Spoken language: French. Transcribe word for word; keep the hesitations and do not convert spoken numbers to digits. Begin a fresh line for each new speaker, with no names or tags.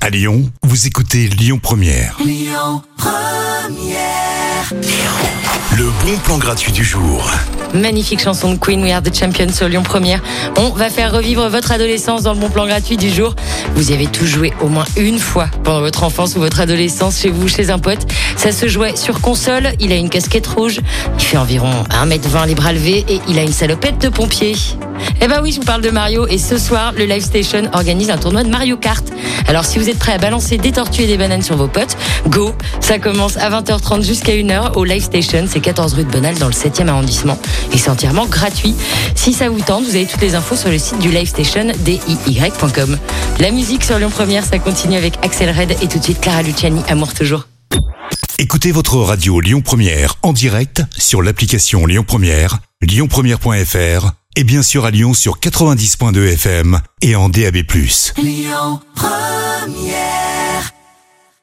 À Lyon, vous écoutez Lyon Première.
Lyon Première.
Le bon plan gratuit du jour.
Magnifique chanson de Queen, We Are the Champions sur Lyon Première. On va faire revivre votre adolescence dans le bon plan gratuit du jour. Vous y avez tous joué au moins une fois pendant votre enfance ou votre adolescence, chez vous, chez un pote. Ça se jouait sur console, il a une casquette rouge, il fait environ un mètre vingt les bras levés et il a une salopette de pompier. Eh ben oui, je vous parle de Mario et ce soir, le Live Station organise un tournoi de Mario Kart. Alors si vous êtes prêts à balancer des tortues et des bananes sur vos potes, go. Ça commence à vingt heures trente jusqu'à une heure au Live Station, c'est quatorze rue de Bonal dans le septième arrondissement et c'est entièrement gratuit. Si ça vous tente, vous avez toutes les infos sur le site du Live Station, d i y point com. La musique sur Lyon Première, ça continue avec Axel Red et tout de suite Clara Luciani, Amour toujours.
Écoutez votre radio Lyon Première en direct sur l'application Lyon Première, lyon première point f r et bien sûr à Lyon sur quatre-vingt-dix point deux F M et en D A B plus.
Lyon Première.